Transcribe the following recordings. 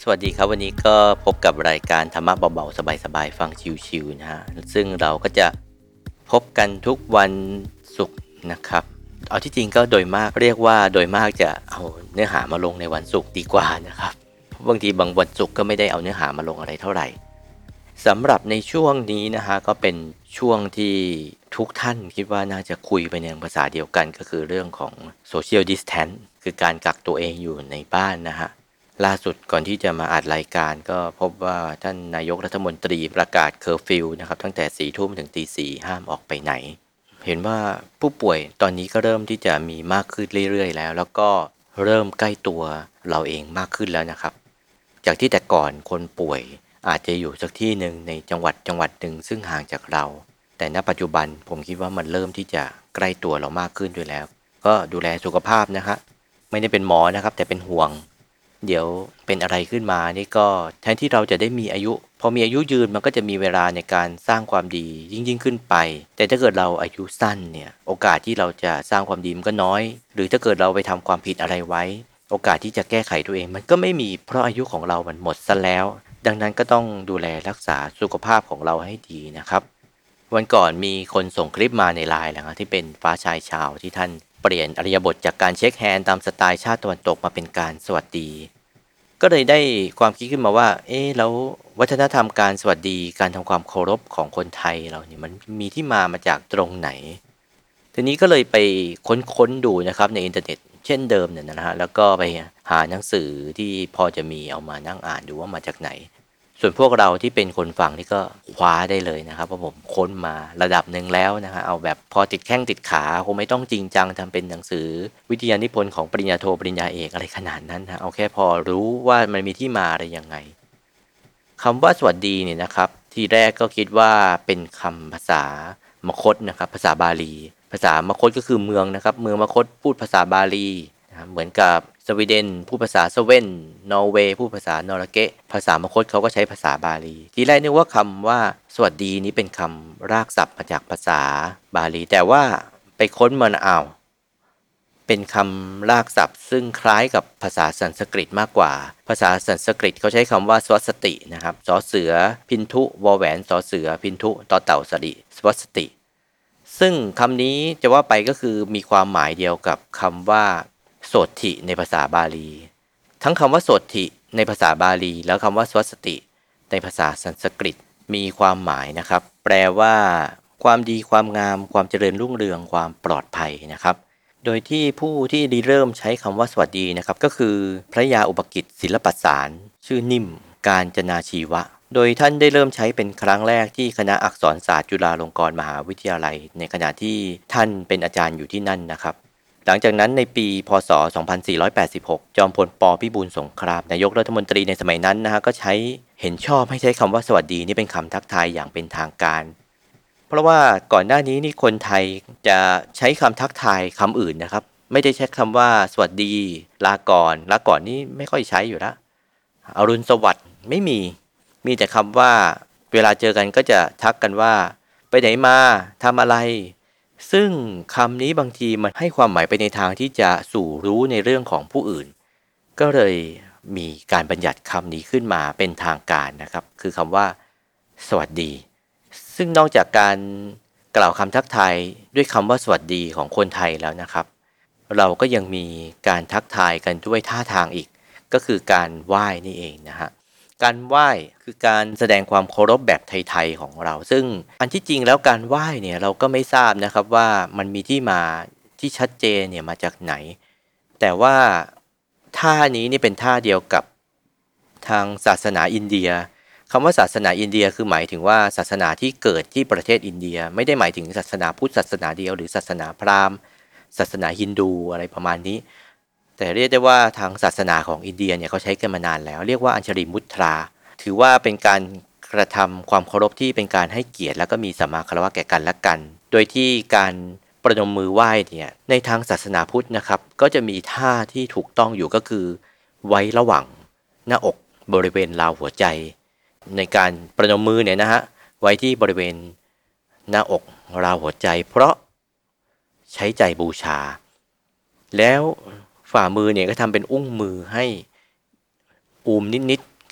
สวัสดีครับวันนี้ก็พบกับรายการธรรมะเบาๆสบายๆฟังชิวๆนะฮะซึ่งเราก็จะพบกันทุกวันศุกร์นะครับเอาที่จริงก็โดยมากเรียกว่าโดยมากจะเอาเนื้อหามาลงในวันศุกร์ดีกว่านะครับบางทีบางวันศุกร์ก็ไม่ได้เอาเนื้อหามาลงอะไรเท่าไหร่สำหรับในช่วงนี้นะฮะก็เป็นช่วงที่ทุกท่านคิดว่าน่าจะคุยไปในภาษาเดียวกันก็คือเรื่องของ Social Distance คือการกักตัวเองอยู่ในบ้านนะฮะ ล่าสุดก่อนที่จะมาอัดรายการก็พบว่าท่านนายกรัฐมนตรีประกาศเคอร์ฟิวนะครับตั้งแต่4 ทุ่มถึงตี 4ห้ามออกไปไหนเห็นว่าผู้ป่วยตอนนี้ก็เริ่มที่จะมีมากขึ้นเรื่อยๆแล้วก็เริ่มใกล้ตัวเราเองมากขึ้นแล้วนะครับจากที่แต่ก่อนคนป่วยอาจจะอยู่สักที่หนึ่งในจังหวัดหนึ่งซึ่งห่างจากเราแต่ณปัจจุบันผมคิดว่ามันเริ่มที่จะใกล้ตัวเรามากขึ้นด้วยแล้วก็ดูแลสุขภาพนะครับไม่ได้เป็นหมอนะครับแต่เป็นห่วง เดี๋ยวเป็นอะไรขึ้นมานี่ก็แทนที่เราจะได้มีอายุพอมีอายุยืนมันก็จะมีเวลาในการสร้างความดียิ่งขึ้นไปแต่ถ้าเกิดเราอายุสั้นเนี่ยโอกาสที่เราจะสร้างความดีมันก็น้อยหรือถ้าเกิดเราไปทำความผิดอะไรไว้โอกาสที่จะแก้ไขตัวเองมันก็ไม่มีเพราะอายุของเรามันหมดซะแล้วดังนั้นก็ต้องดูแลรักษาสุขภาพของเราให้ดีนะครับวันก่อนมีคนส่งคลิปมาในไลน์แหละครับที่เป็นฟ้าชายชาวที่ท่านเปลี่ยนอริยบทจากการเช็คแฮนด์ตามสไตล์ชาติตะวันตกมาเป็นการสวัสดี ก็เลยได้ความคิดขึ้นมาว่าเอ๊ะแล้ววัฒนธรรมการสวัสดีการทำความเคารพของคนไทยเราเนี่ยมันมีที่มาจากตรงไหนทีนี้ก็เลยไปค้นดูนะครับในอินเทอร์เน็ตเช่นเดิมเนี่ยนะฮะแล้วก็ไปหาหนังสือที่พอจะมีเอามานั่งอ่านดูว่ามาจากไหนส่วนพวกเราที่เป็นคนฟังนี่ก็คว้าได้เลยนะครับเพราะผมค้นมาระดับหนึ่งแล้วนะฮะเอาแบบพอติดแข้งติดขาคงไม่ต้องจริงจังทำเป็นหนังสือวิทยานิพนธ์ของปริญญาโทปริญญาเอกอะไรขนาดนั้นนะเอาแค่พอรู้ว่ามันมีที่มาอะไรยังไงคำว่าสวัสดีเนี่ยนะครับทีแรกก็คิดว่าเป็นคำภาษามคธนะครับภาษาบาลีภาษามคธก็คือเมืองนะครับเมืองมคธพูดภาษาบาลีนะเหมือนกับสวีเดนพูดภาษาสเวนนอร์เวย์พูดภาษานอร์เกะภาษามคธเขาก็ใช้ภาษาบาลีทีแรกนึกว่าคำว่าสวัสดีนี้เป็นคำรากศัพท์มาจากภาษาบาลีแต่ว่าไปค้นมันเป็นคำรากศัพท์ซึ่งคล้ายกับภาษาสันสกฤตมากกว่าภาษาสันสกฤตเขาใช้คำว่าสวัสตินะครับสอเสือพินทุวอแหวนสอเสือพินทุต่อเต่าสระสวัสติซึ่งคำนี้จะว่าไปก็คือมีความหมายเดียวกับคำว่าโสถิในภาษาบาลีทั้งคำว่าโสถิในภาษาบาลีแล้วคำว่าสวัสติในภาษาสันสกฤตมีความหมายนะครับแปลว่าความดีความงามความเจริญรุ่งเรืองความปลอดภัยนะครับ โดยที่ผู้ที่ริเริ่มใช้คำว่าสวัสดีนะครับก็คือพระยาอุปกิจศิลปสารชื่อนิ่มกาญจนาชีวะโดยท่านได้เริ่มใช้เป็นครั้งแรกที่คณะอักษรศาสตร์จุฬาลงกรณ์มหาวิทยาลัยในขณะที่ท่านเป็นอาจารย์อยู่ที่นั่นนะครับหลังจากนั้นในปีพศ2486จอมพลปพิบูลสงครามนายกรัฐมนตรีในสมัยนั้นนะฮะก็ใช้เห็นชอบให้ใช้คำว่าสวัสดีนี่เป็นคำทักทายอย่างเป็นทางการเพราะว่าก่อนหน้านี้นี่คนไทยจะใช้คำทักทายคำอื่นนะครับไม่ได้ใช้คำว่าสวัสดีลาก่อนนี่ไม่ค่อยใช้อยู่แล้วอรุณสวัสดิ์ไม่มีแต่คำว่าเวลาเจอกันก็จะทักกันว่าไปไหนมาทำอะไรซึ่งคำนี้บางทีมันให้ความหมายไปในทางที่จะสู่รู้ในเรื่องของผู้อื่นก็เลยมีการบัญญัติคำนี้ขึ้นมาเป็นทางการนะครับคือคำว่าสวัสดี ซึ่งนอกจากการกล่าวคำทักทายด้วยคำว่าสวัสดีของคนไทยแล้วนะครับเราก็ยังมีการทักทายกันด้วยท่าทางอีกก็คือการไหว้นี่เองนะฮะการไหว้คือการแสดงความเคารพแบบไทยๆของเราซึ่งอันที่จริงแล้วการไหว้เนี่ยเราก็ไม่ทราบนะครับว่ามันมีที่มาที่ชัดเจนเนี่ยมาจากไหนแต่ว่าท่านี้นี่เป็นท่าเดียวกับทางศาสนาอินเดีย คำว่าศาสนาอินเดียคือหมายถึงว่าศาสนาที่เกิดที่ประเทศอินเดียไม่ได้หมายถึงศาสนาพุทธศาสนาเดียวหรือศาสนาพราหมณ์ศาสนาฮินดูอะไรประมาณนี้แต่เรียกได้ว่าทางศาสนาของอินเดียเนี่ยเขาใช้กันมานานแล้วเรียกว่าอัญชลีมุตราถือว่าเป็นการกระทำความเคารพที่เป็นการให้เกียรติแล้วก็มีสัมมาคารวะแก่กันและกันโดยที่การประนมมือไหว้เนี่ยในทางศาสนาพุทธนะครับก็จะมีท่าที่ถูกต้องอยู่ก็คือไว้ระหว่างหน้าอกบริเวณราวหัวใจในการประนมมือเนี่ยนะฮะไว้ที่บริเวณหน้าอกราวหัวใจเพราะใช้ใจบูชาแล้วฝ่ามือเนี่ยก็ทำเป็นอุ้งมือให้อูมนิด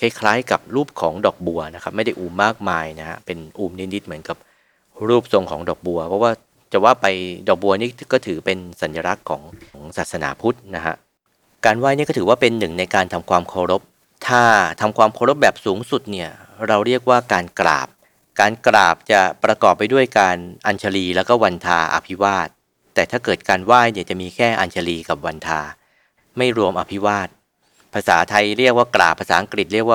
คล้ายๆกับรูปของดอกบัวนะครับไม่ได้อูมมากมายนะฮะเป็นอูมนิดๆเหมือนกับรูปทรงของดอกบัวเพราะว่าจะว่าไปดอกบัวนี่ก็ถือเป็นสัญลักษณ์ของศาสนาพุทธนะฮะการไหว้นี่ก็ถือว่าเป็นหนึ่งในการทำความเคารพถ้าทำความเคารพแบบสูงสุดเนี่ยเราเรียกว่าการกราบการกราบจะประกอบไปด้วยการอัญชลีแล้วก็วันทาอภิวาทแต่ถ้าเกิดการไหว้เนี่ยจะมีแค่อัญชลีกับวันทาไม่รวมอภิวาทภาษาไทยเรียกว่ากราบภาษาอังกฤษเรียกว่า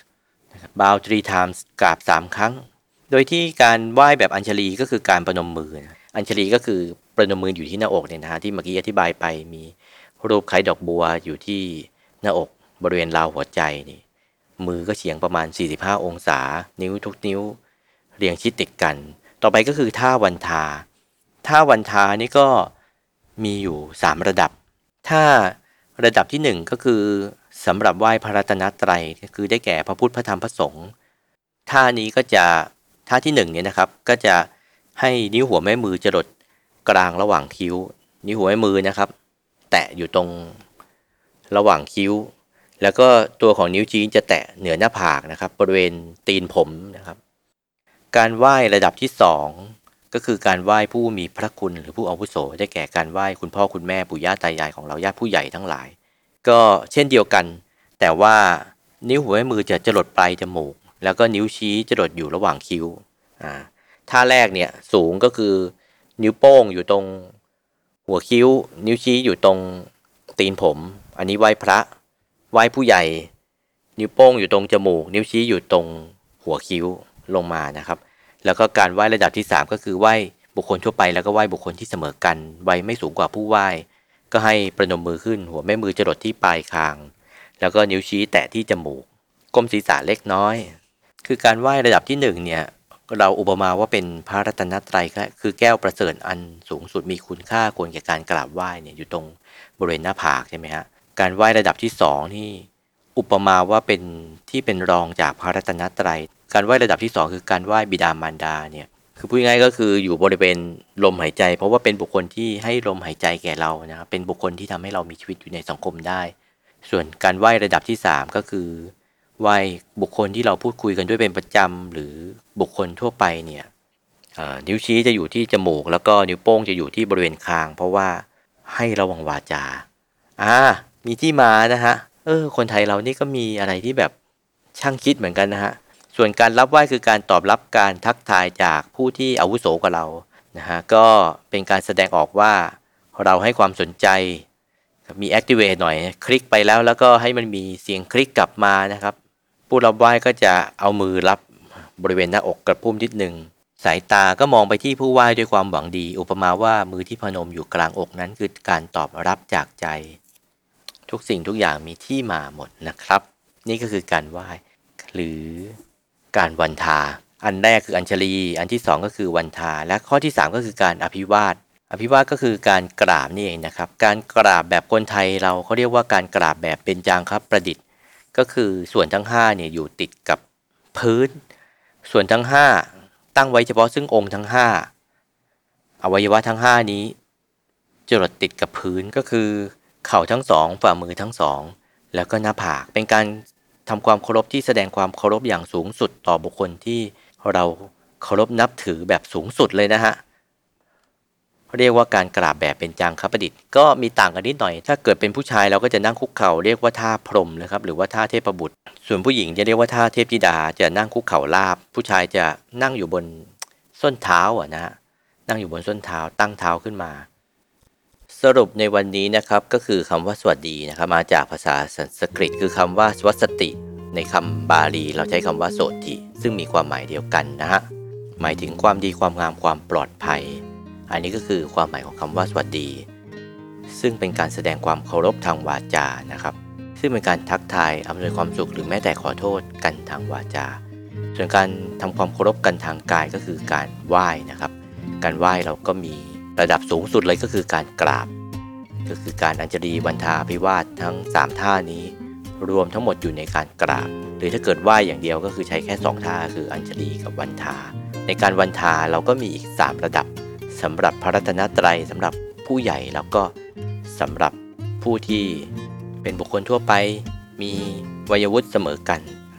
bow 3 times กราบ3ครั้งโดยที่การไหว้แบบอัญชลีก็คือการประนมมืออัญชลีก็คือประนมมืออยู่ที่หน้าอกเนี่ยนะฮะที่เมื่อกี้อธิบายไปมีรูปคล้ายดอกบัวอยู่ที่หน้าอกบริเวณราวหัวใจนี่มือก็เฉียงประมาณ45องศานิ้วทุกนิ้วเรียงชิดติดกันต่อไปก็คือท่าวันทานี่ก็มีอยู่3ระดับท่าระดับที่1ก็คือสำหรับไหว้พระรัตนตรัยก็คือได้แก่พระพุทธพระธรรมพระสงฆ์ท่านี้ก็จะท่าที่1เนี่ยนะครับก็จะให้นิ้วหัวแม่มือจรดกลางระหว่างคิ้วนิ้วหัวแม่มือนะครับแตะอยู่ตรงระหว่างคิ้วแล้วก็ตัวของนิ้วชี้จะแตะเหนือหน้าผากนะครับบริเวณตีนผมนะครับการไหว้ระดับที่2ก็คือการไหว้ผู้มีพระคุณหรือผู้อาวุโสได้แก่การไหว้คุณพ่อคุณแม่ปู่ย่าตายายของเราญาติผู้ใหญ่ทั้งหลายก็เช่นเดียวกันแต่ว่านิ้วหัวแม่มือจะจรดปลายจมูกแล้วก็นิ้วชี้จรดอยู่ระหว่างคิ้วท่าแรกเนี่ยสูงก็คือนิ้วโป้งอยู่ตรงหัวคิ้วนิ้วชี้อยู่ตรงตีนผมอันนี้ไหว้พระไหว้ผู้ใหญ่นิ้วโป้งอยู่ตรงจมูกนิ้วชี้อยู่ตรงหัวคิ้วลงมานะครับแล้วก็การไหว้ระดับที่3ก็คือไหว้บุคคลทั่วไปแล้วก็ไหว้บุคคลที่เสมอกันวัยไม่สูงกว่าผู้ไหว้ก็ให้ประนมมือขึ้นหัวแม่มือจรดที่ปลายคางแล้วก็นิ้วชี้แตะที่จมูกก้มศีรษะเล็กน้อยคือการไหว้ระดับที่1เนี่ยเราอุปมาว่าเป็นพระรัตนตรัยก็คือแก้วประเสริฐอันสูงสุดมีคุณค่าควรแก่การกราบไหว้เนี่ยอยู่ตรงบริเวณหน้าผากใช่ไหมฮะการไหว้ระดับที่2นี่อุปมาว่าเป็นที่เป็นรองจากพระรัตนตรัยการไหว้ระดับที่2คือการไหว้บิดามารดาเนี่ยคือพูดง่ายๆก็คืออยู่บริเวณลมหายใจเพราะว่าเป็นบุคคลที่ให้ลมหายใจแก่เรานะครับเป็นบุคคลที่ทำให้เรามีชีวิตอยู่ในสังคมได้ส่วนการไหว้ระดับที่3ก็คือไหว้บุคคลที่เราพูดคุยกันด้วยเป็นประจำหรือบุคคลทั่วไปเนี่ยนิ้วชี้จะอยู่ที่จมูกแล้วก็นิ้วโป้งจะอยู่ที่บริเวณคางเพราะว่าให้ระวังวาจามีที่มานะฮะคนไทยเรานี่ก็มีอะไรที่แบบช่างคิดเหมือนกันนะฮะส่วนการรับไหว้คือการตอบรับการทักทายจากผู้ที่อาวุโสกว่าเรานะฮะก็เป็นการแสดงออกว่าเราให้ความสนใจมี activate หน่อยคลิกไปแล้วก็ให้มันมีเสียงคลิกกลับมานะครับผู้รับไหว้ก็จะเอามือรับบริเวณหน้าอกกระพุ้มนิดนึงสายตาก็มองไปที่ผู้ไหว้ด้วยความหวังดีอุปมาว่ามือที่พนมอยู่กลางอกนั้นคือการตอบรับจากใจทุกสิ่งทุกอย่างมีที่มาหมดนะครับนี่ก็คือการไหว้หรือการวันทาอันแรกคืออัญชลีอันที่2ก็คือวันทาและข้อที่3ก็คือการอภิวาทก็คือการกราบนี่เองนะครับการกราบแบบคนไทยเราเขาเรียกว่าการกราบแบบเบญจางคประดิษฐ์ก็คือส่วนทั้ง5เนี่ยอยู่ติดกับพื้นส่วนทั้ง5ตั้งไว้เฉพาะซึ่งองค์ทั้ง5อวัยวะทั้ง5นี้จรดติดกับพื้นก็คือเข่าทั้ง2ฝ่ามือทั้ง2แล้วก็หน้าผากเป็นการทำความเคารพที่แสดงความเคารพอย่างสูงสุดต่อบุคคลที่เราเคารพนับถือแบบสูงสุดเลยนะฮะเรียกว่าการกราบแบบเป็นจางคประดิษฐ์ก็มีต่างกันนิดหน่อยถ้าเกิดเป็นผู้ชายเราก็จะนั่งคุกเข่าเรียกว่าท่าพรหมนะครับหรือว่าท่าเทพบุตรส่วนผู้หญิงจะเรียกว่าท่าเทพธิดาจะนั่งคุกเข่าราบผู้ชายจะนั่งอยู่บนส้นเท้านะฮะนั่งอยู่บนส้นเท้าตั้งเท้าขึ้นมาสรุปในวันนี้นะครับก็คือคำว่าสวัสดีนะครับมาจากภาษาสันสกฤตคือคำว่าสวัสติในคำบาลีเราใช้คำว่าโสติซึ่งมีความหมายเดียวกันนะฮะหมายถึงความดีความงามความปลอดภัยอันนี้ก็คือความหมายของคำว่าสวัสดีซึ่งเป็นการแสดงความเคารพทางวาจานะครับซึ่งเป็นการทักทายอำนวยความสุขหรือแม้แต่ขอโทษกันทางวาจาส่วนการทำความเคารพกันทางกายก็คือการไหว้นะครับการไหว้เราก็มีระดับสูงสุดเลยก็คือการกราบก็คือการอัญชลีวันทาอภิวาททั้ง3ท่านี้รวมทั้งหมดอยู่ในการกราบหรือถ้าเกิดไหว้อย่างเดียวก็คือใช้แค่2ท่าคืออัญชลีกับวันทาในการวันทาเราก็มีอีก3ระดับสำหรับพระรัตนตรัยสำหรับผู้ใหญ่แล้วก็สำหรับผู้ที่เป็นบุคคลทั่วไปมีวัยวุฒิเสมอกัน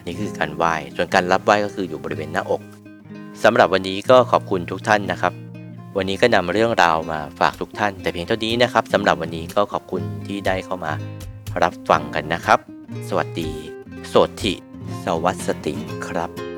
อันนี้คือการไหว้ส่วนการรับไหว้ก็คืออยู่บริเวณหน้าอกสำหรับวันนี้ก็ขอบคุณทุกท่านนะครับวันนี้ก็นำเรื่องราวมาฝากทุกท่านแต่เพียงเท่านี้นะครับสำหรับวันนี้ก็ขอบคุณที่ได้เข้ามารับฟังกันนะครับสวัสดีโสติสวัสติครับ